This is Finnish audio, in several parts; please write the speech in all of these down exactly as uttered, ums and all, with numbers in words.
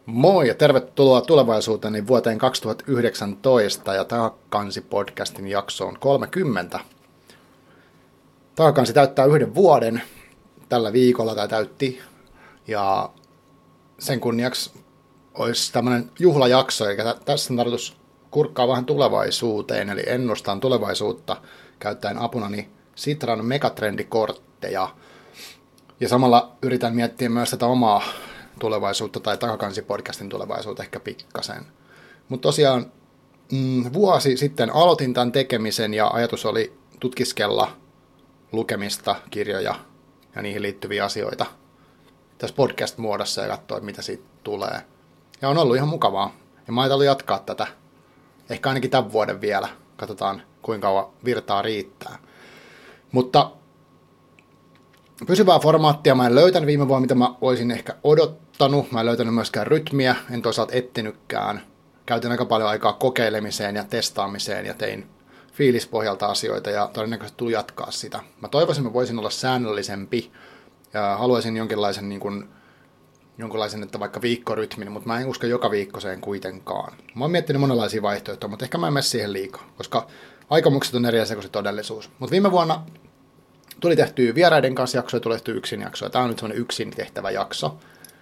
Moi ja tervetuloa tulevaisuuteen vuoteen kaksituhattayhdeksäntoista ja Takakansi-podcastin jaksoon kolmekymmentä. Takakansi täyttää yhden vuoden tällä viikolla tai täytti ja sen kunniaksi olisi tämmöinen juhlajakso, eli tässä on tarkoitus kurkkaa vähän tulevaisuuteen, eli ennustaan tulevaisuutta käyttäen apunani Sitran megatrendikortteja ja samalla yritän miettiä myös tätä omaa tulevaisuutta tai Takakansi-podcastin tulevaisuutta ehkä pikkasen. Mutta tosiaan mm, vuosi sitten aloitin tämän tekemisen ja ajatus oli tutkiskella lukemista, kirjoja ja niihin liittyviä asioita tässä podcast-muodossa ja katsoa, mitä siitä tulee. Ja on ollut ihan mukavaa. Ja mä ajattelin jatkaa tätä ehkä ainakin tämän vuoden vielä. Katsotaan, kuinka kauan virtaa riittää. Mutta pysyvää formaattia mä en löytänyt viime vuonna, mitä mä olisin ehkä odottanut. Mä en löytänyt myöskään rytmiä, en toisaalta etsinytkään. Käytin aika paljon aikaa kokeilemiseen ja testaamiseen ja tein fiilispohjalta asioita ja todennäköisesti tuli jatkaa sitä. Mä toivoisin, että mä voisin olla säännöllisempi ja haluaisin jonkinlaisen, niin kuin, jonkinlaisen että vaikka viikkorytmin, mutta mä en usko joka viikkoiseen kuitenkaan. Mä oon miettinyt monenlaisia vaihtoehtoja, mutta ehkä mä en mene siihen liikaa, koska aikomukset on eri asia kuin se todellisuus. Mutta viime vuonna tuli tehtyä vieraiden kanssa jaksoja, tuli tehtyä yksin jaksoja. Tämä on nyt semmoinen yksin tehtävä jakso.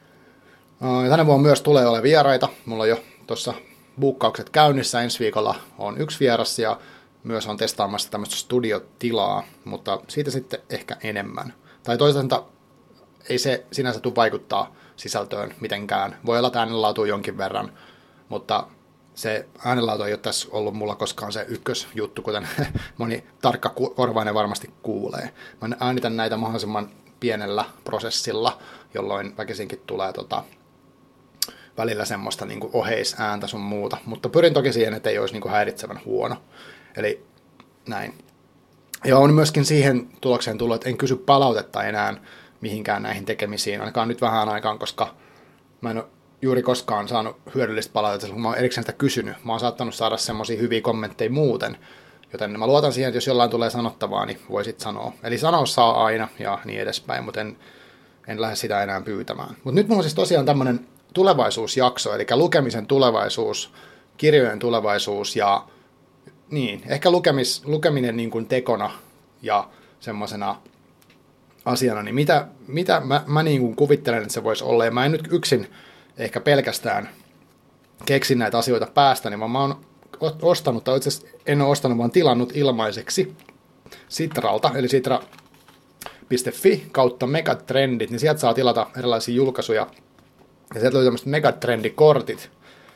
Ja tänä vuonna myös tulee olemaan vieraita. Mulla on jo tuossa buukkaukset käynnissä. Ensi viikolla on yksi vieras ja myös on testaamassa tämmöistä studiotilaa, mutta siitä sitten ehkä enemmän. Tai toisaalta ei se sinänsä tule vaikuttaa sisältöön mitenkään. Voi olla, että äänenlaatu jonkin verran, mutta se äänenlaatu ei ole tässä ollut mulla koskaan se ykkösjuttu, kuten moni tarkka korvainen varmasti kuulee. Mä äänitän näitä mahdollisimman pienellä prosessilla, jolloin väkisinkin tulee tota, välillä semmoista niin kuin oheisääntä sun muuta. Mutta pyrin toki siihen, että ei olisi niin kuin häiritsevän huono. Eli näin. Ja on myöskin siihen tulokseen tullut, että en kysy palautetta enää mihinkään näihin tekemisiin, ainakaan nyt vähän aikaan, koska mä en ole juuri koskaan saanut hyödyllistä palautetta, kun mä oon erikseen sitä kysynyt. Mä oon saattanut saada semmoisia hyviä kommentteja muuten, joten mä luotan siihen, että jos jollain tulee sanottavaa, niin voisit sanoa. Eli sanoa saa aina ja niin edespäin, mutta en, en lähde sitä enää pyytämään. Mutta nyt mulla on siis tosiaan tämmöinen tulevaisuusjakso, eli lukemisen tulevaisuus, kirjojen tulevaisuus ja niin, ehkä lukemis, lukeminen niin kuin tekona ja semmoisena asiana, niin mitä, mitä mä, mä niin kuin kuvittelen, että se voisi olla, ja mä en nyt yksin ehkä pelkästään keksin näitä asioita päästäni, vaan mä oon ostanut, tai itse asiassa en ole ostanut, vaan tilannut ilmaiseksi Sitralta, eli sitra piste fi kautta megatrendit, niin sieltä saa tilata erilaisia julkaisuja, ja sieltä löytyy tämmöiset megatrendikortit,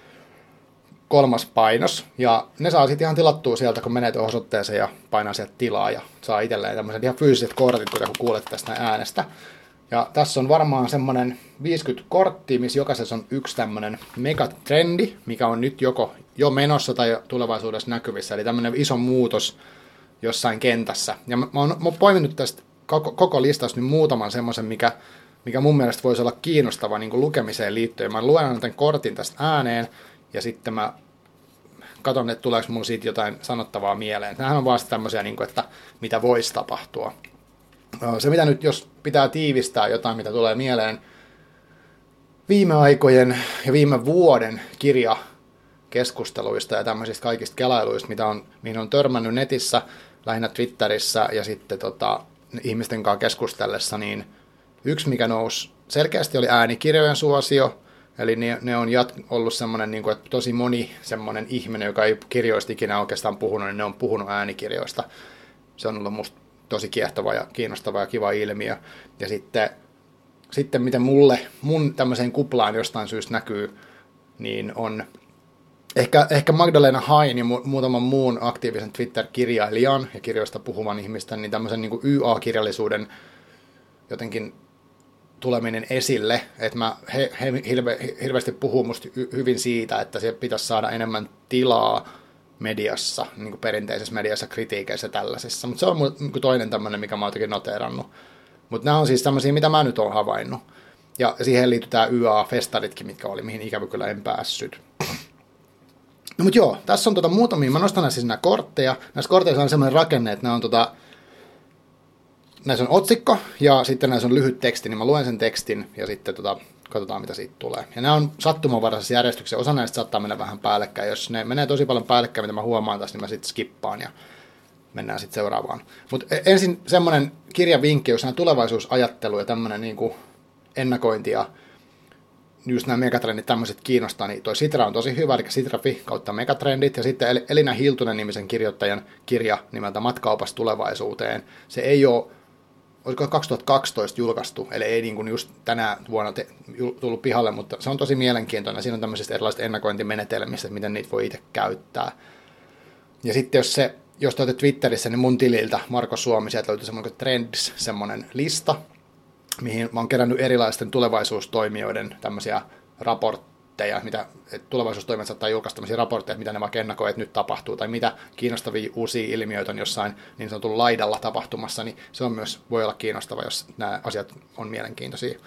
kolmas painos, ja ne saa sitten ihan tilattua sieltä, kun menee tuohon osoitteeseen ja painaa sieltä tilaa, ja saa itselleen tämmöiset ihan fyysiset kortit, kuten kun kuulet tästä äänestä. Ja tässä on varmaan semmoinen viisikymmentä korttia, missä jokaisessa on yksi tämmöinen megatrendi, mikä on nyt joko jo menossa tai tulevaisuudessa näkyvissä, eli tämmöinen iso muutos jossain kentässä. Ja mä, mä oon, mä oon poiminut tästä koko, koko listasta nyt muutaman semmoisen, mikä, mikä mun mielestä voisi olla kiinnostava niin kuin lukemiseen liittyen. Mä luen tämän kortin tästä ääneen, ja sitten mä katson, että tuleeko mulla siitä jotain sanottavaa mieleen. Nämähän on vaan tämmöisiä, että mitä voisi tapahtua. Se, mitä nyt, jos pitää tiivistää jotain, mitä tulee mieleen viime aikojen ja viime vuoden kirjakeskusteluista ja tämmöisistä kaikista kelailuista, mitä on, mihin on törmännyt netissä, lähinnä Twitterissä ja sitten tota, ihmisten kanssa keskustellessa, niin yksi, mikä nousi selkeästi, oli äänikirjojen suosio. Eli ne, ne on jat- ollut semmoinen, niin kuin, että tosi moni semmoinen ihminen, joka ei kirjoista ikinä oikeastaan puhunut, niin ne on puhunut äänikirjoista. Se on ollut musta tosi kiehtova ja kiinnostava ja kiva ilmiö. Ja sitten, sitten miten mulle, mun tämmöiseen kuplaan jostain syystä näkyy, niin on ehkä, ehkä Magdalena Hain ja mu- muutaman muun aktiivisen Twitter-kirjailijan ja kirjoista puhuvan ihmisten, niin tämmöisen niin kuin Y A-kirjallisuuden jotenkin tuleminen esille, että mä he, he, hirve, hirveästi puhuu musta hyvin siitä, että se pitäisi saada enemmän tilaa mediassa, niin kuin perinteisessä mediassa, kritiikeissä ja tällaisissa. Mutta se on niin toinen tämmöinen, mikä mä oon jotenkin noteerannut. Mutta nämä on siis tämmöisiä, mitä mä nyt oon havainnut. Ja siihen liittyy tää Y A-festaritkin, mitkä oli, mihin ikävä kyllä en päässyt. No mut joo, tässä on tota muutamia. Mä nostan näissä siis nämä kortteja. Näissä korteissa on semmoinen rakenne, että nämä on tota näissä on otsikko ja sitten näissä on lyhyt teksti, niin mä luen sen tekstin ja sitten tota, katsotaan, mitä siitä tulee. Ja nämä on sattumanvaraisessa järjestyksessä. Osa näistä saattaa mennä vähän päällekkäin. Jos ne menee tosi paljon päällekkäin, mitä mä huomaan tässä, niin mä sitten skippaan ja mennään sitten seuraavaan. Mutta ensin semmoinen kirjavinkki, jos nämä tulevaisuusajattelu ja tämmöinen niin kuin ennakointi ja just nämä megatrendit tämmöiset kiinnostaa, niin toi Sitra on tosi hyvä, eli Sitra.fi kautta megatrendit, ja sitten Elina Hiltunen nimisen kirjoittajan kirja nimeltä Matkaopas tulevaisuuteen. Se ei ole, olisiko kaksituhattakaksitoista julkaistu, eli ei niin kuin just tänä vuonna te, tullut pihalle, mutta se on tosi mielenkiintoinen. Siinä on tämmöisistä erilaisista ennakointimenetelmistä, että miten niitä voi itse käyttää. Ja sitten jos se, jos te olette Twitterissä, niin mun tililtä Marko Suomi, sieltä löytyy semmoinen Trends, semmoinen lista, mihin mä oon kerännyt erilaisten tulevaisuustoimijoiden tämmöisiä raportteja, mitä tulevaisuustoimijat saattaa julkaista tämmöisiä raportteja, mitä ne vaikka ennakoi, että nyt tapahtuu, tai mitä kiinnostavia uusia ilmiöitä on jossain niin sanotun laidalla tapahtumassa, niin se on myös, voi olla kiinnostava, jos nämä asiat on mielenkiintoisia.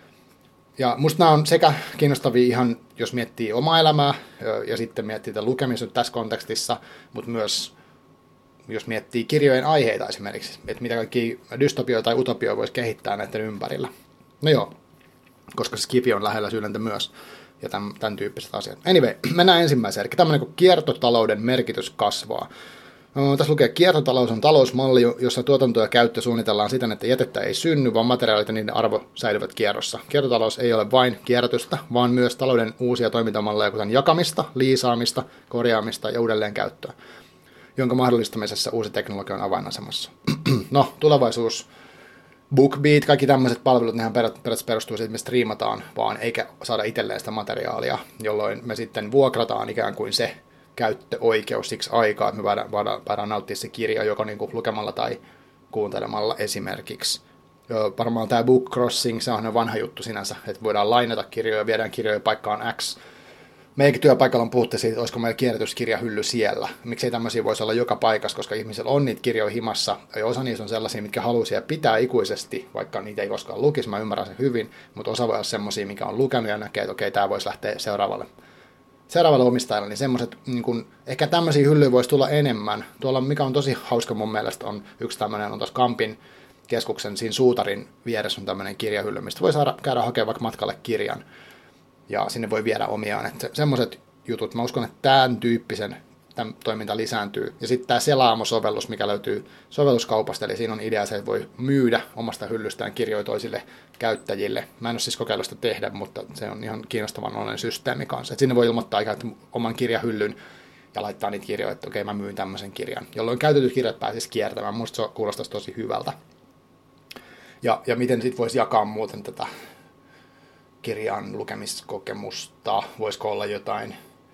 Ja musta nämä on sekä kiinnostavia ihan, jos miettii omaa elämää, ja sitten miettii tätä lukemista tässä kontekstissa, mutta myös jos miettii kirjojen aiheita esimerkiksi, että mitä kaikki dystopioita tai utopioita voisi kehittää näiden ympärillä. No joo, koska se skifi on lähellä sydäntä myös, ja tämän, tämän tyyppiset asiat. Anyway, mennään ensimmäiseen, eli tämmöinen kuin kiertotalouden merkitys kasvaa. No, tässä lukee, kiertotalous on talousmalli, jossa tuotanto ja käyttö suunnitellaan siten, että jätettä ei synny, vaan materiaalit ja niiden arvo säilyvät kierrossa. Kiertotalous ei ole vain kierrätystä, vaan myös talouden uusia toimintamalleja, kuten jakamista, liisaamista, korjaamista ja uudelleenkäyttöä, jonka mahdollistamisessa uusi teknologia on avainasemassa. No, tulevaisuus, BookBeat, kaikki tämmöiset palvelut, nehän periaatteessa perustuu siihen, että me striimataan vaan, eikä saada itselleen sitä materiaalia, jolloin me sitten vuokrataan ikään kuin se käyttöoikeus siksi aikaa, että me voidaan, voidaan, voidaan nauttia se kirja joko niin kuin lukemalla tai kuuntelemalla esimerkiksi. Varmaan tämä Book Crossing, se on vanha juttu sinänsä, että voidaan lainata kirjoja, viedään kirjoja paikkaan X. Meidänkin työpaikalla on puhuttu siitä, että olisiko meillä kierrätyskirjahylly siellä. Miksei tämmöisiä voisi olla joka paikassa, koska ihmisillä on niitä kirjoja himassa, ja osa niistä on sellaisia, mitkä haluaa siellä pitää ikuisesti, vaikka niitä ei koskaan lukisi, mä ymmärrän sen hyvin, mutta osa voi olla semmoisia, mikä on lukenut ja näkee, että okei, tämä voisi lähteä seuraavalle, seuraavalle omistajalle, niin semmoiset, niin kun, ehkä tämmöisiä hyllyjä voisi tulla enemmän. Tuolla, mikä on tosi hauska mun mielestä, on yksi tämmöinen, on tuossa Kampin keskuksen, siinä Suutarin vieressä on tämmöinen kirjahylly, mistä voi saada käydä hakemaan vaikka matkalle kirjan. Ja sinne voi viedä omiaan. Että semmoiset jutut, mä uskon, että tämän tyyppisen tämän toiminta lisääntyy. Ja sitten tämä Selaamo-sovellus, mikä löytyy sovelluskaupasta, eli siinä on idea se, että voi myydä omasta hyllystään kirjoja toisille käyttäjille. Mä en ole siis kokeillut sitä tehdä, mutta se on ihan kiinnostavan onnen systeemi kanssa. Et sinne voi ilmoittaa ikään oman kirjahyllyn ja laittaa niitä kirjoja, että okei, mä myyn tämmöisen kirjan, jolloin käytetyt kirjat pääsisi kiertämään. Musta se kuulostaisi tosi hyvältä. Ja, ja miten sitten voisi jakaa muuten tätä kirjan lukemiskokemusta, voisiko olla jotain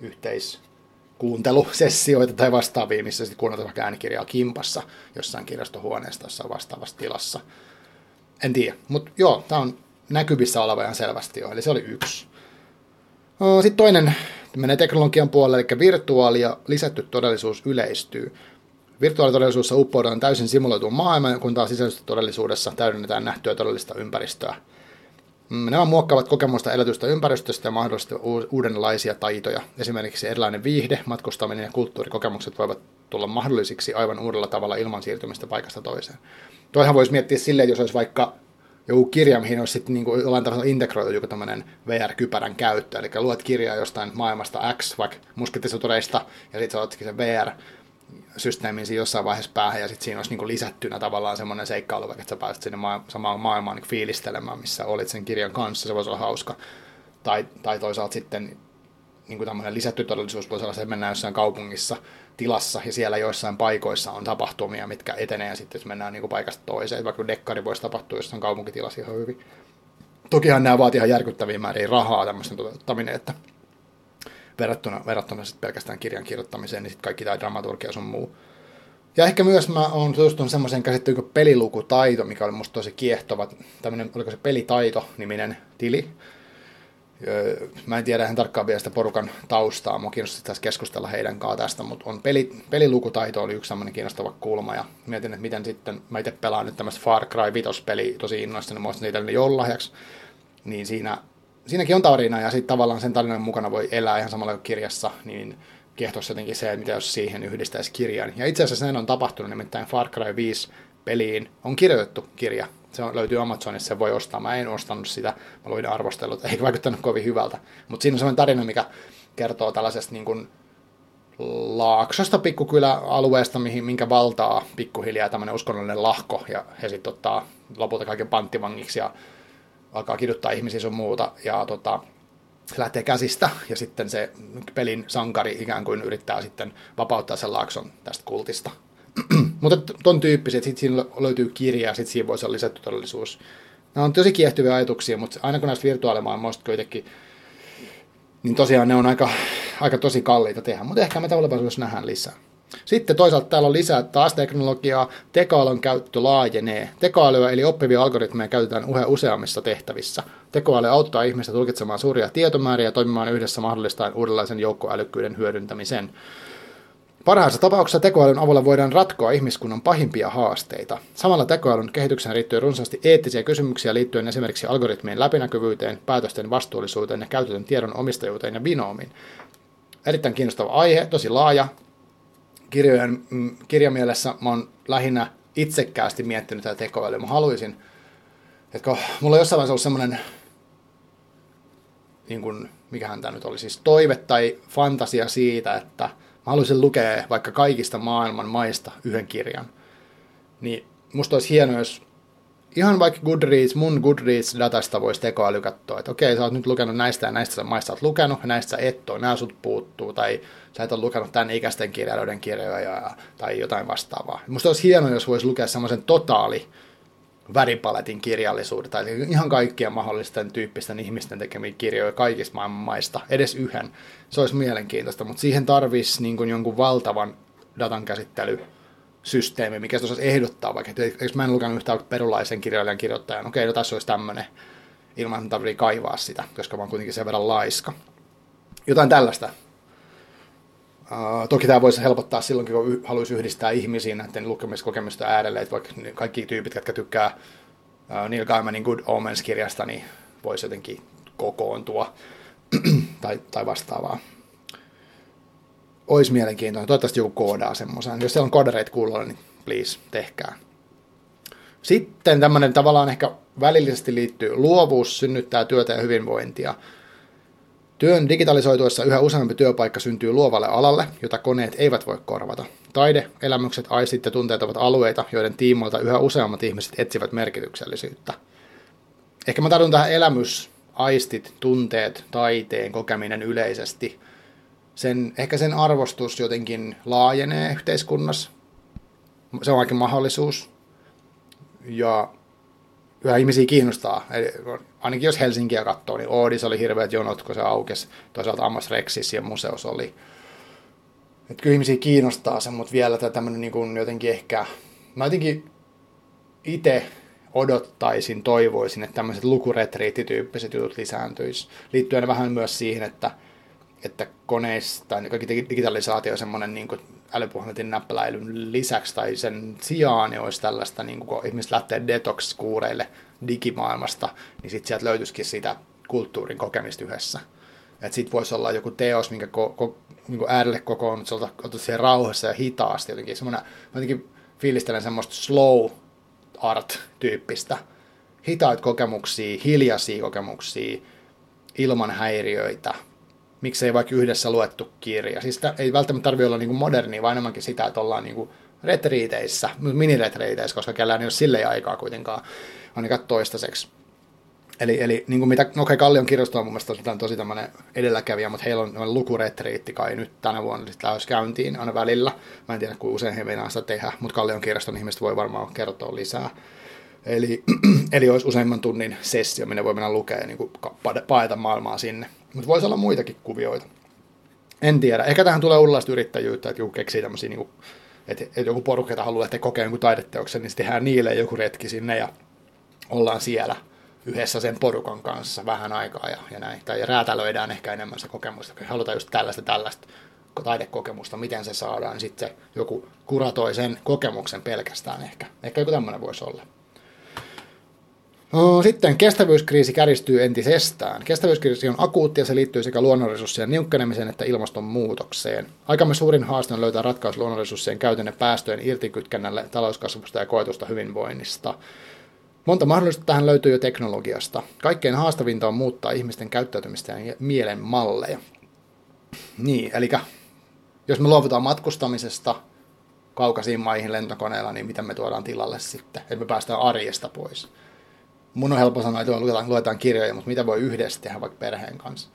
yhteiskuuntelusessioita tai vastaavia, missä sitten kuunnellaan vaikka äänikirjaa kimpassa jossain kirjastohuoneessa jossain vastaavassa tilassa. En tiedä, mutta joo, tämä on näkyvissä oleva ihan selvästi jo, eli se oli yksi. Sitten toinen menee teknologian puolelle, eli virtuaali ja lisätty todellisuus yleistyy. Virtuaalitodellisuudessa uppoudutaan täysin simuloituun maailmaan, kun taas sisäisessä todellisuudessa täydennetään nähtyä todellista ympäristöä. Nämä muokkaavat kokemusta elätystä ympäristöstä ja mahdollisesti uudenlaisia taitoja. Esimerkiksi erilainen viihde, matkustaminen ja kulttuurikokemukset voivat tulla mahdollisiksi aivan uudella tavalla ilman siirtymistä paikasta toiseen. Toihan voisi miettiä silleen, jos olisi vaikka joku kirja, mihin olisi sitten niin kuin jollain tavalla integroitu joku tämmöinen V R-kypärän käyttö. Eli luet kirjaa jostain maailmasta X, vaikka muskettisotureista, ja sitten sä oletkin sen V R-systeemin siinä jossain vaiheessa päähän, ja sitten siinä olisi niin kuin lisättynä tavallaan semmoinen seikkailu, vaikka että sä pääset sinne maa- samaan maailmaan niin fiilistelemään, missä olit sen kirjan kanssa, se voisi olla hauska. Tai, tai toisaalta sitten niin kuin tämmöinen lisätty todellisuus voisi olla se, että mennään jossain kaupungissa tilassa, ja siellä joissain paikoissa on tapahtumia, mitkä etenee, ja sitten jos mennään niin kuin paikasta toiseen, vaikka dekkari voisi tapahtua jossain kaupunkitilassa ihan hyvin. Tokihan nämä vaatii ihan järkyttäviä määriä rahaa tämmöisen toteuttaminen, että verrattuna, verrattuna sitten pelkästään kirjan kirjoittamiseen, niin sitten kaikki tämä dramaturgia sun muu. Ja ehkä myös mä oon tutustunut semmoiseen käsittelyyn kuin pelilukutaito, mikä oli musta tosi kiehtova. Tämmöinen, oliko se Pelitaito-niminen tili. Mä en tiedä ihan tarkkaan vielä sitä porukan taustaa, mua kiinnostaa tässä keskustella heidän kanssaan tästä, mutta on peli, pelilukutaito oli yksi semmoinen kiinnostava kulma, ja mietin, että miten sitten, mä itse pelaan nyt tämmöistä Far Cry viisi-peliä tosi innoissani, muistin niitä joululahjaksi, niin siinä, siinäkin on tarina, ja sitten tavallaan sen tarinan mukana voi elää ihan samalla kuin kirjassa, niin kiehtoisi jotenkin se, että mitä jos siihen yhdistäisi kirjan. Ja itse asiassa näin on tapahtunut, nimittäin Far Cry viisi peliin on kirjoitettu kirja. Se on, löytyy Amazonissa, se voi ostaa. Mä en ostanut sitä, mä luin arvostelut, eikä vaikuttanut kovin hyvältä. Mutta siinä on sellainen tarina, mikä kertoo tällaisesta niin kuin laaksosta pikkukyläalueesta, minkä valtaa pikkuhiljaa tämmöinen uskonnollinen lahko, ja he sitten ottaa lopulta kaiken panttivangiksi ja alkaa kiduttaa ihmisiä sun muuta, ja tota, se lähtee käsistä, ja sitten se pelin sankari ikään kuin yrittää sitten vapauttaa sen laakson tästä kultista. Mutta ton tyyppiset, sitten siinä löytyy kirja, ja sitten siinä voisi olla lisätty todellisuus. Nämä on tosi kiehtyviä ajatuksia, mutta aina kun näistä virtuaalimaailmoista kuitenkin, niin tosiaan ne on aika, aika tosi kalliita tehdä, mutta ehkä me tulevaisuudessa nähdään lisää. Sitten toisaalta täällä on lisää taas teknologiaa, tekoälyn käyttö laajenee. Tekoälyä eli oppivia algoritmeja käytetään yhä useammissa tehtävissä. Tekoäly auttaa ihmistä tulkitsemaan suuria tietomääriä ja toimimaan yhdessä mahdollistaen uudenlaisen joukkoälykkyyden hyödyntämisen. Parhaassa tapauksessa tekoälyn avulla voidaan ratkoa ihmiskunnan pahimpia haasteita. Samalla tekoälyn kehitykseen liittyy runsaasti eettisiä kysymyksiä liittyen esimerkiksi algoritmien läpinäkyvyyteen, päätösten vastuullisuuteen ja käytetyn tiedon omistajuuteen ja binoomiin. Erittäin kiinnostava aihe, tosi laaja. Kirjojen, mm, kirjamielessä mä oon lähinnä itsekkäästi miettinyt tätä tekoälyä. Mä haluaisin, että kun mulla on jossain vaiheessa ollut semmoinen, niin kuin, mikähän tämä nyt oli, siis toive tai fantasia siitä, että mä haluaisin lukea vaikka kaikista maailman maista yhden kirjan. Niin musta olisi hienoa, jos ihan vaikka Goodreads, mun Goodreads-datasta voisi tekoäly katsoa, että okei, sä oot nyt lukenut näistä ja näistä maista, sä oot lukenut, ja näistä sä et ole, nämä sut puuttuu, tai sä et ole lukenut tämän ikäisten kirjailijoiden kirjoja, tai jotain vastaavaa. Musta olisi hienoa, jos voisi lukea semmoisen totaali väripaletin kirjallisuuden, tai ihan kaikkien mahdollisten tyyppisten ihmisten tekemiä kirjoja kaikista maailman maista, edes yhden. Se olisi mielenkiintoista, mutta siihen tarvitsisi niin kuin jonkun valtavan datan käsittely systeemi, mikä se osaisi ehdottaa vaikka, että eikö mä en lukenut yhtään perulaisen kirjailijan kirjoittajan, okei, no tässä olisi tämmöinen, ilman että tarvitsee kaivaa sitä, koska mä oon kuitenkin sen verran laiska. Jotain tällaista. Uh, toki tämä voisi helpottaa silloinkin, kun haluaisi yhdistää ihmisiä näiden lukemiskokemusten äärelle, että vaikka kaikki tyypit, jotka tykkää uh, Neil Gaimanin Good Omens-kirjasta, niin voisi jotenkin kokoontua tai, tai vastaavaa. Olisi mielenkiintoinen. Toivottavasti joku koodaa semmoisen. Jos siellä on koodareita kuulolla, niin please, tehkää. Sitten tämmöinen tavallaan ehkä välillisesti liittyy luovuus, synnyttää työtä ja hyvinvointia. Työn digitalisoituessa yhä useampi työpaikka syntyy luovalle alalle, jota koneet eivät voi korvata. Taide, elämykset, aistit ja tunteet ovat alueita, joiden tiimoilta yhä useammat ihmiset etsivät merkityksellisyyttä. Ehkä mä tartun tähän elämys, aistit, tunteet, taiteen kokeminen yleisesti. Sen, ehkä sen arvostus jotenkin laajenee yhteiskunnassa. Se on ainakin mahdollisuus. Ja yhä ihmisiä kiinnostaa. Eli ainakin jos Helsinkiä katsoo, niin Oodissa oli hirveät jonot, kun se aukesi. Toisaalta Amos Rexissä ja museossa oli. Että kyllä ihmisiä kiinnostaa se, mutta vielä tämmöinen niin kuin jotenkin ehkä... Mä jotenkin itse odottaisin, toivoisin, että tämmöiset lukuretriittityyppiset jutut lisääntyisi. Liittyen vähän myös siihen, että että koneista tai kaikki digitalisaatio on semmoinen niin kuin älypuhelimen näppäläilyn lisäksi tai sen sijaan niin olisi tällaista, niin kuin, kun ihmiset lähtee detox-kuureille digimaailmasta, niin sitten sieltä löytyisikin sitä kulttuurin kokemista yhdessä. Että sitten voisi olla joku teos, minkä ko, ko, niin kuin äärelle kokoonnut, se oltu siihen rauhassa ja hitaasti jotenkin. Semmoinen, mä jotenkin fiilistelen semmoista slow art-tyyppistä. Hitaita kokemuksia, hiljaisia kokemuksia, ilman häiriöitä. Miksei vaikka yhdessä luettu kirja. Siis sitä ei välttämättä tarvitse olla niin modernia, vaan enemmänkin sitä, että ollaan niin retriiteissä, miniretriiteissä, koska kellään ei ole silleen aikaa kuitenkaan, ainakaan toistaiseksi. Eli, eli niin kuin mitä, no okei, Kallion kirjasto on mun mielestä on tosi tämmöinen edelläkävijä, mutta heillä on lukuretriitti kai nyt tänä vuonna sitten lähes käyntiin aina välillä. Mä en tiedä, kuinka usein he meinaa sitä tehdä, mutta Kallion kirjaston ihmiset voi varmaan kertoa lisää. Eli, eli olisi useimman tunnin sessio, minne voi mennä lukea ja niin kuin paeta maailmaa sinne. Mutta voisi olla muitakin kuvioita. En tiedä. Ehkä tähän tulee uudenlaista yrittäjyyttä, että joku keksii tämmöisiä, niin kuin, että, että joku porukka haluaa, että kokee jonkun taideteoksen, niin sitten tehdään niille joku retki sinne ja ollaan siellä yhdessä sen porukan kanssa vähän aikaa ja, ja näin. Tai räätälöidään ehkä enemmän se kokemusta. Jos halutaan just tällaista tällaista taidekokemusta, miten se saadaan, niin sitten se joku kuratoi sen kokemuksen pelkästään ehkä. Ehkä joku tämmöinen voisi olla. Sitten kestävyyskriisi kärjistyy entisestään. Kestävyyskriisi on akuutti ja se liittyy sekä luonnonresurssien niukkenemiseen että ilmastonmuutokseen. Aikamme suurin haaste on löytää ratkaisu luonnonresurssien käytön ja päästöjen irtikytkennälle talouskasvusta ja koetusta hyvinvoinnista. Monta mahdollisuutta tähän löytyy jo teknologiasta. Kaikkein haastavinta on muuttaa ihmisten käyttäytymistä ja mielen malleja. Niin, eli jos me luovutaan matkustamisesta kaukaisiin maihin lentokoneella, niin mitä me tuodaan tilalle sitten? Että me päästään arjesta pois. Mun on helppo sanoa, että luetaan, luetaan kirjoja, mutta mitä voi yhdessä tehdä vaikka perheen kanssa?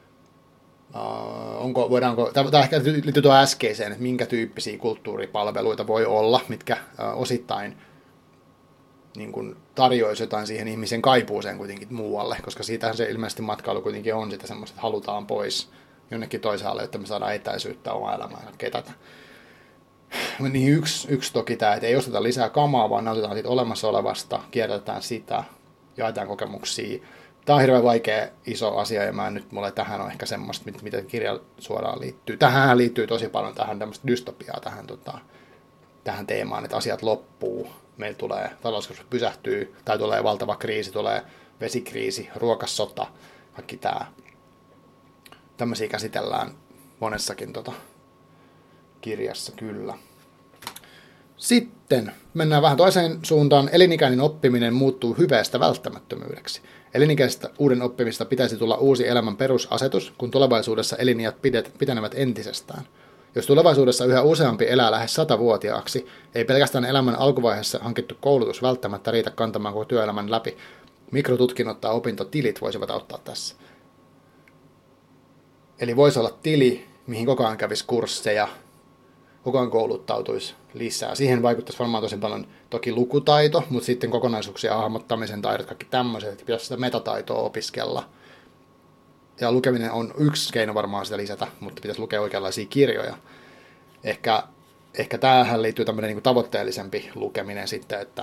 Uh, onko, voidaanko, tämä ehkä liittyy tuohon äskeiseen, että minkä tyyppisiä kulttuuripalveluita voi olla, mitkä uh, osittain niin kuin tarjoisi jotain siihen ihmisen kaipuuseen kuitenkin muualle, koska siitähän se ilmeisesti matkailu kuitenkin on sitä semmoista, että halutaan pois jonnekin toisaalle, että me saadaan etäisyyttä omaa elämään ja ketätä. Niin yksi, yksi toki tämä, että ei osteta lisää kamaa, vaan nautitaan siitä olemassa olevasta, kierrätetään sitä, jaetaan kokemuksia. Tämä on hirveän vaikea iso asia, ja mä en nyt mulle tähän on ehkä semmoista, miten kirja suoraan liittyy. Tähän liittyy tosi paljon tähän tämmöistä dystopiaa tähän, tota, tähän teemaan, että asiat loppuu. Meillä tulee talouskasvu pysähtyy, tai tulee valtava kriisi, tulee vesikriisi, ruokasota, kaikki tämä. Tämmöisiä käsitellään monessakin tota, kirjassa kyllä. Sitten mennään vähän toiseen suuntaan. Elinikäinen oppiminen muuttuu hyveestä välttämättömyydeksi. Elinikäisestä uuden oppimista pitäisi tulla uusi elämän perusasetus, kun tulevaisuudessa eliniät pitenevät entisestään. Jos tulevaisuudessa yhä useampi elää lähes satavuotiaaksi, ei pelkästään elämän alkuvaiheessa hankittu koulutus välttämättä riitä kantamaan koko työelämän läpi. Mikrotutkinnot tai opintotilit voisivat auttaa tässä. Eli voisi olla tili, mihin koko ajan kävisi kursseja, koko ajan kouluttautuisi lisää. Siihen vaikuttaisi varmaan tosi paljon toki lukutaito, mutta sitten kokonaisuuksia hahmottamisen taidot, kaikki tämmöiset, että pitäisi sitä metataitoa opiskella. Ja lukeminen on yksi keino varmaan sitä lisätä, mutta pitäisi lukea oikeanlaisia kirjoja. Ehkä, ehkä tämähän liittyy tämmöinen niin kuin tavoitteellisempi lukeminen sitten, että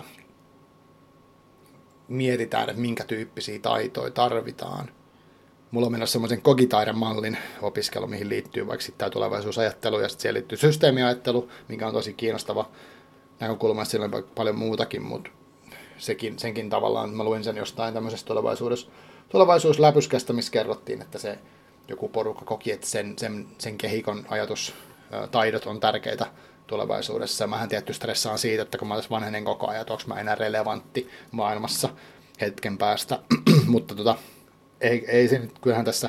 mietitään, että minkä tyyppisiä taitoja tarvitaan. Mulla on menossa semmoisen Kogitaire-mallin opiskelu, mihin liittyy vaikka sitten tämä tulevaisuusajattelu, ja sitten siihen liittyy systeemiajattelu, mikä on tosi kiinnostava näkökulma, että siellä on paljon muutakin, mutta sekin, senkin tavallaan, mä luin sen jostain tämmöisestä tulevaisuudessa, tulevaisuusläpyskästä, missä kerrottiin, että se joku porukka koki, että sen, sen, sen kehikon ajatustaidot on tärkeitä tulevaisuudessa. Mähän tietty stressaan siitä, että kun mä tässä vanhenen koko ajan, että onko mä enää relevantti maailmassa hetken päästä, mutta tota, ei, ei se nyt, kyllähän tässä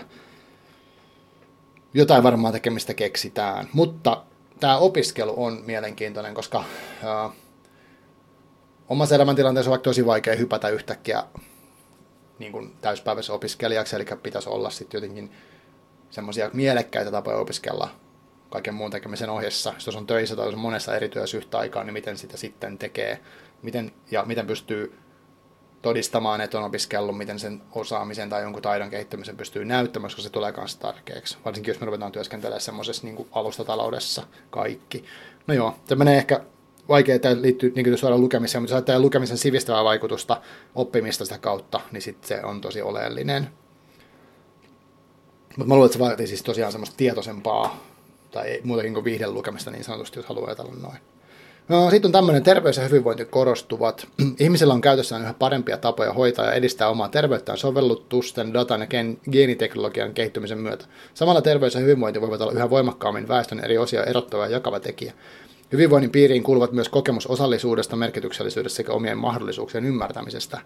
jotain varmaan tekemistä keksitään, mutta tämä opiskelu on mielenkiintoinen, koska ää, omassa elämäntilanteessa on vaikka tosi vaikea hypätä yhtäkkiä niin kuin täyspäiväisen opiskelijaksi, eli pitäisi olla sitten jotenkin semmoisia mielekkäitä tapoja opiskella kaiken muun tekemisen ohessa. Jos on töissä tai jos on monessa eri työssä yhtä aikaa, niin miten sitä sitten tekee, miten, ja miten pystyy todistamaan, että on opiskellut, miten sen osaamisen tai jonkun taidon kehittämisen pystyy näyttämään, koska se tulee myös tärkeäksi. Varsinkin, jos me ruvetaan työskentelemään semmoisessa niin kuin alustataloudessa kaikki. No joo, se menee ehkä vaikea, että liittyy niin suoraan lukemiseen, mutta jos ajattelee lukemisen sivistävää vaikutusta, oppimista sitä kautta, niin sitten se on tosi oleellinen. Mutta mä luulen, että se vaatii siis tosiaan semmoista tietoisempaa, tai muutakin kuin viihden lukemista niin sanotusti, jos haluaa ajatella noin. No, sitten on tämmöinen terveys ja hyvinvointi korostuvat. Ihmisillä on käytössään yhä parempia tapoja hoitaa ja edistää omaa terveyttään sovellutusten, datan ja geeniteknologian kehittymisen myötä. Samalla terveys ja hyvinvointi voivat olla yhä voimakkaammin väestön eri osia erottava ja jakava tekijä. Hyvinvoinnin piiriin kuuluvat myös kokemus osallisuudesta, merkityksellisyydestä sekä omien mahdollisuuksien ymmärtämisestä.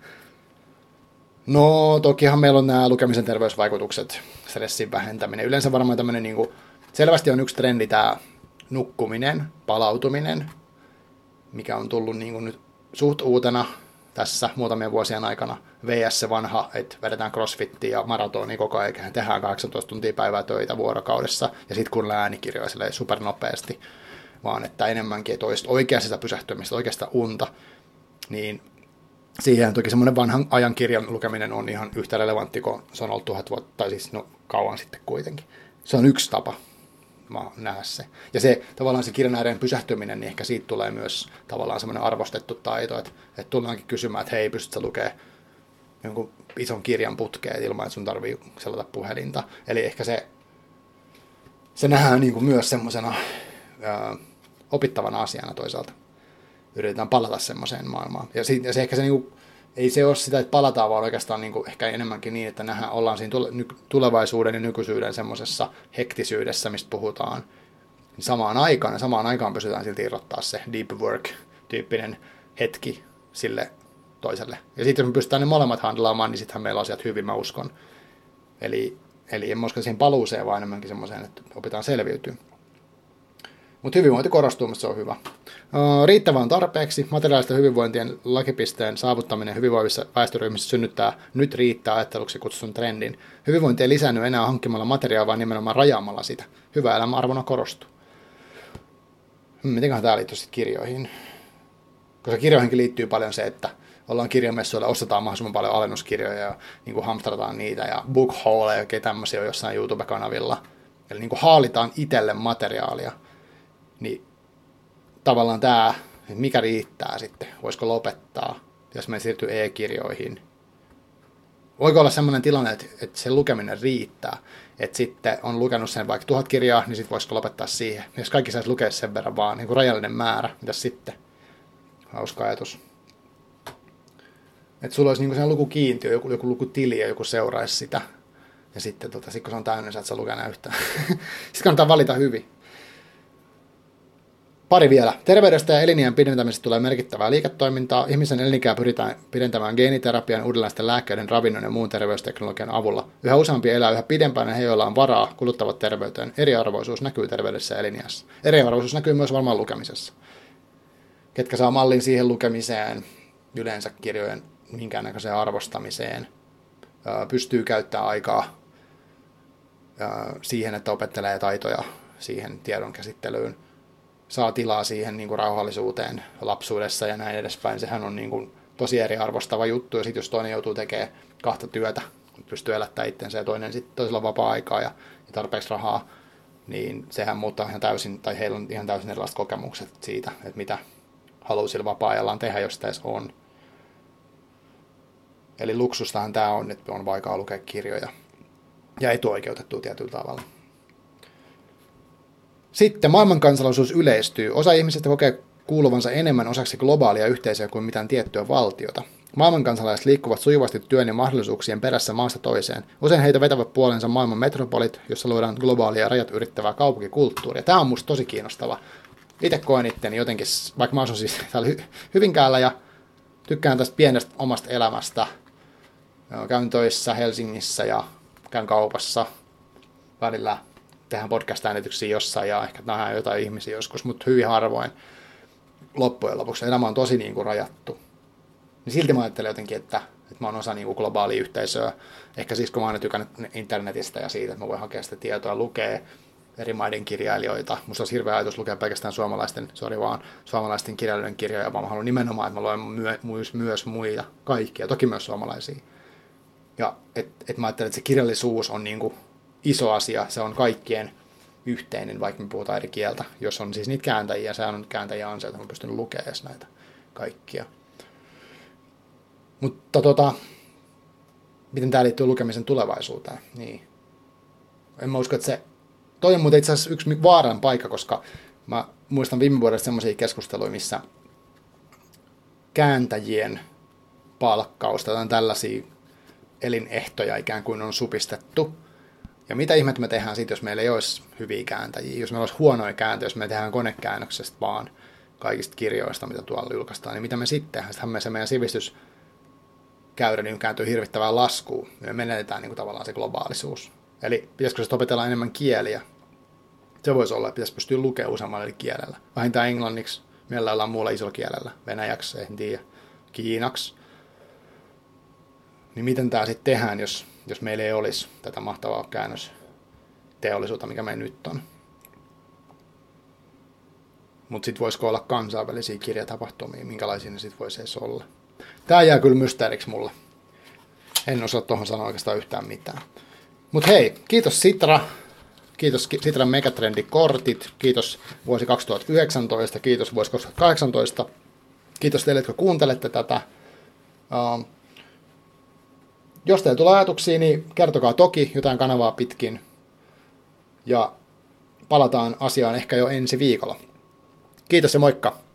No, tokihan meillä on nämä lukemisen terveysvaikutukset, stressin vähentäminen. Yleensä varmaan tämmöinen niin kuin, selvästi on yksi trendi tämä nukkuminen, palautuminen, mikä on tullut niin kuin nyt suht uutena tässä muutamien vuosien aikana. V S se vanha, että vedetään crossfittiä ja maratonia koko ajan, tehdään kahdeksantoista tuntia päivää töitä vuorokaudessa, ja sitten kun äänikirjoja silleen supernopeasti, vaan että enemmänkin toista oikeasta sitä pysähtymistä, oikeasta unta, niin siihen toki semmoinen vanhan ajan kirjan lukeminen on ihan yhtä relevantti, kun se on ollut tuhat vuotta, tai siis no kauan sitten kuitenkin. Se on yksi tapa nähdä se. Ja se tavallaan se kirjan ääreen pysähtyminen, niin ehkä siitä tulee myös tavallaan semmoinen arvostettu taito, että, että tullaankin kysymään, että hei, pystytkö lukemaan jonkun ison kirjan putkeen ilman, että sun tarvii selata puhelinta. Eli ehkä se, se nähdään niin kuin myös semmoisena ää, opittavana asiana toisaalta. Yritetään palata semmoiseen maailmaan. Ja, si, ja se ehkä se niin kuin ei se ole sitä, että palataan, vaan oikeastaan niin kuin ehkä enemmänkin niin, että nähdään, ollaan siinä tulevaisuuden ja nykyisyyden semmoisessa hektisyydessä, mistä puhutaan. Samaan aikaan ja samaan aikaan pystytään silti irrottaa se deep work-tyyppinen hetki sille toiselle. Ja sitten jos me pystytään ne molemmat handlaamaan, niin sittenhän meillä on asiat hyvin, mä uskon. Eli, eli en mä usko siihen paluuseen, vaan enemmänkin semmoiseen, että opitaan selviytyä. Mutta hyvinvointi korostuu, mutta se on hyvä. Riittävä on tarpeeksi. Materiaalisten hyvinvointien lakipisteen saavuttaminen hyvinvoivissa väestöryhmissä synnyttää nyt riittää ajatteluksi kutsutun trendin. Hyvinvointi ei lisäänny enää hankkimalla materiaa, vaan nimenomaan rajaamalla sitä. Hyvä elämä arvona korostuu. Hmm, mitenköhän tämä liittyy sitten kirjoihin? Koska kirjoihinkin liittyy paljon se, että ollaan kirjamessuilla, ostetaan mahdollisimman paljon alennuskirjoja ja niin kuin hamstrataan niitä ja book hauleja ja oikein tämmöisiä on jossain YouTube-kanavilla. Eli niin kuin haalitaan itselle materiaalia. Niin tavallaan tämä, mikä riittää sitten, voisiko lopettaa, jos me siirtyy e-kirjoihin. Voiko olla sellainen tilanne, että, että se lukeminen riittää, että sitten on lukenut sen vaikka tuhat kirjaa, niin sitten voisiko lopettaa siihen. Jos kaikki saisi lukea sen verran vaan, niin kuin rajallinen määrä, mitäs sitten? Hauska ajatus. Että sulla olisi niin kuin lukukiintiö, joku, joku lukutili ja joku seuraisi sitä. Ja sitten tota, sit kun se on täynnä, sä et saa lukea enää yhtään. Sitten kannattaa valita hyvin. Pari vielä. Terveydestä ja eliniän pidentämisestä tulee merkittävää liiketoimintaa. Ihmisen elinikää pyritään pidentämään geeniterapian, uudenlaisten lääkkeiden, ravinnon ja muun terveysteknologian avulla. Yhä useampi elää yhä pidempään ja he, joilla on varaa, kuluttavat terveyteen. Eriarvoisuus näkyy terveydessä ja eliniässä. Eriarvoisuus näkyy myös varmaan lukemisessa. Ketkä saa mallin siihen lukemiseen, yleensä kirjojen minkäännäköiseen arvostamiseen, pystyy käyttämään aikaa siihen, että opettelee taitoja siihen tiedon käsittelyyn. Saa tilaa siihen niin kuin rauhallisuuteen lapsuudessa ja näin edespäin. Sehän on niin kuin tosi eriarvostava juttu. Ja sitten jos toinen joutuu tekemään kahta työtä, pystyy elättämään itsensä ja toinen sitten toisella on vapaa-aikaa ja, ja tarpeeksi rahaa, niin sehän muuttaa ihan täysin, tai heillä on ihan täysin erilaiset kokemukset siitä, että mitä haluaa sillä vapaa-ajallaan tehdä, jos sitä edes on. Eli luksustahan tämä on, että on vaikea lukea kirjoja ja etuoikeutettua tietyllä tavalla. Sitten maailmankansalaisuus yleistyy. Osa ihmisistä kokee kuuluvansa enemmän osaksi globaalia yhteisöä kuin mitään tiettyä valtiota. Maailmankansalaiset liikkuvat sujuvasti työn ja mahdollisuuksien perässä maasta toiseen. Usein heitä vetävät puolensa maailman metropolit, jossa luodaan globaalia rajat ylittävää kaupunkikulttuuria. Tämä on musta tosi kiinnostava. Itse koen itteni jotenkin, vaikka mä asun siis täällä Hyvinkäällä ja tykkään tästä pienestä omasta elämästä. Käyn töissä Helsingissä ja käyn kaupassa välillä. Tehdään podcast-äänityksiä jossain ja ehkä nähdään jotain ihmisiä joskus, mutta hyvin harvoin loppujen lopuksi. Elämä on tosi niin kuin rajattu. Niin silti mä ajattelen jotenkin, että, että mä oon osa niin kuin globaalia yhteisöä. Ehkä siis kun mä oon tykännyt internetistä ja siitä, että mä voin hakea sitä tietoa, lukea eri maiden kirjailijoita. Musta olisi hirveä ajatus lukea pelkästään suomalaisten, sorry vaan, suomalaisten kirjailijoiden kirjoja, vaan mä haluan nimenomaan, että mä luen myö, myös, myös muita, kaikkia, toki myös suomalaisia. Ja että et mä ajattelen, että se kirjallisuus on niin kuin iso asia, se on kaikkien yhteinen, vaikka me puhutaan eri kieltä. Jos on siis niitä kääntäjiä, se on kääntäjiä on se, että mä pystyn lukemaan edes näitä kaikkia. Mutta tota, miten tämä liittyy lukemisen tulevaisuuteen? Niin. En mä usko, että se, toi on muuten itse asiassa yksi vaaran paikka, koska mä muistan viime vuodesta semmoisia keskusteluja, missä kääntäjien palkkausta tai tällaisia elinehtoja ikään kuin on supistettu. Ja mitä ihmettä me tehdään sitten, jos meillä ei olisi hyviä kääntäjiä, jos meillä olisi huonoja kääntöjä, jos me tehdään konekäännöksestä vaan kaikista kirjoista, mitä tuolla julkaistaan, niin mitä me sitten tehdään? Sittenhän me se meidän sivistyskäyrä niin kääntyy hirvittävään laskuun, ja me menetetään niin kuin tavallaan se globaalisuus. Eli pitäisikö se opetella enemmän kieliä? Se voisi olla, että pitäisi pystyä lukemaan useammalla eri kielellä. Vähintään englanniksi, meillä ollaan muulla isolla kielellä, venäjäksi, en tiedä, kiinaksi. Niin miten tämä sitten tehdään, jos, jos meillä ei olisi tätä mahtavaa käännösteollisuutta, mikä meillä nyt on. Mutta sitten voisiko olla kansainvälisiä kirjatapahtumia, minkälaisia ne sitten voisi edes olla. Tämä jää kyllä mysteeriksi mulle. En osaa tuohon sanoa oikeastaan yhtään mitään. Mutta hei, kiitos Sitra. Kiitos Sitran Megatrendikortit. Kiitos vuosi kaksituhattayhdeksäntoista. Kiitos vuosi kaksituhattakahdeksantoista. Kiitos teille, jotka kuuntelette tätä. Uh, Jos teille tulee ajatuksia, niin kertokaa toki jotain kanavaa pitkin. Ja palataan asiaan ehkä jo ensi viikolla. Kiitos ja moikka!